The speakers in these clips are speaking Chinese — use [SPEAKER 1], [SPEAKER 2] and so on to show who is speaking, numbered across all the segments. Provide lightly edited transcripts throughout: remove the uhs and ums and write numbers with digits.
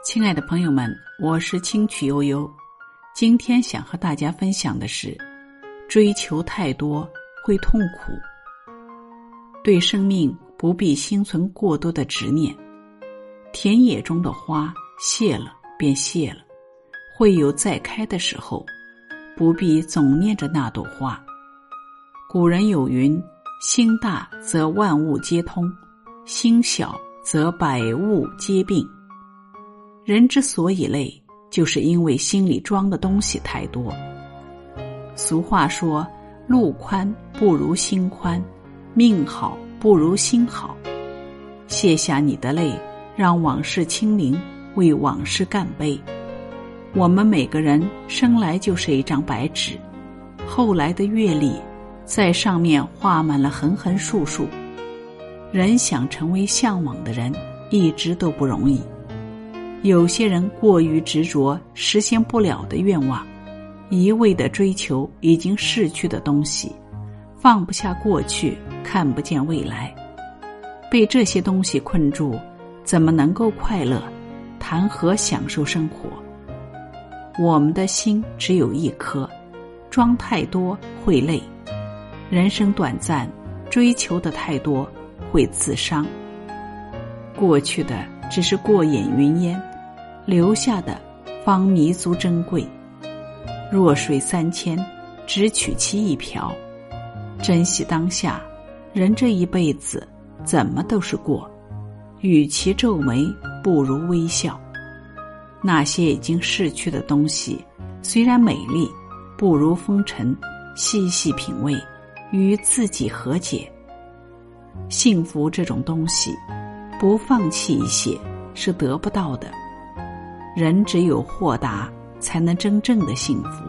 [SPEAKER 1] 亲爱的朋友们，我是清曲悠悠。今天想和大家分享的是，追求太多会痛苦。对生命不必心存过多的执念。田野中的花谢了便谢了，会有再开的时候，不必总念着那朵花。古人有云，心大则万物皆通，心小则百物皆病。人之所以累，就是因为心里装的东西太多。俗话说，路宽不如心宽，命好不如心好。卸下你的累，让往事清零，为往事干杯。我们每个人生来就是一张白纸，后来的阅历在上面画满了横横竖竖。人想成为向往的人，一直都不容易。有些人过于执着实现不了的愿望，一味地追求已经逝去的东西，放不下过去，看不见未来。被这些东西困住，怎么能够快乐？谈何享受生活？我们的心只有一颗，装太多会累。人生短暂，追求的太多会自伤。过去的只是过眼云烟，留下的方弥足珍贵。弱水三千，只取其一瓢。珍惜当下，人这一辈子怎么都是过，与其皱眉，不如微笑。那些已经逝去的东西，虽然美丽，不如风尘，细细品味，与自己和解。幸福这种东西，不放弃一些是得不到的。人只有豁达，才能真正的幸福。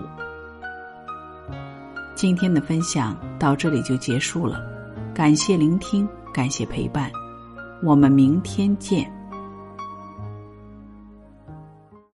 [SPEAKER 1] 今天的分享到这里就结束了，感谢聆听，感谢陪伴，我们明天见。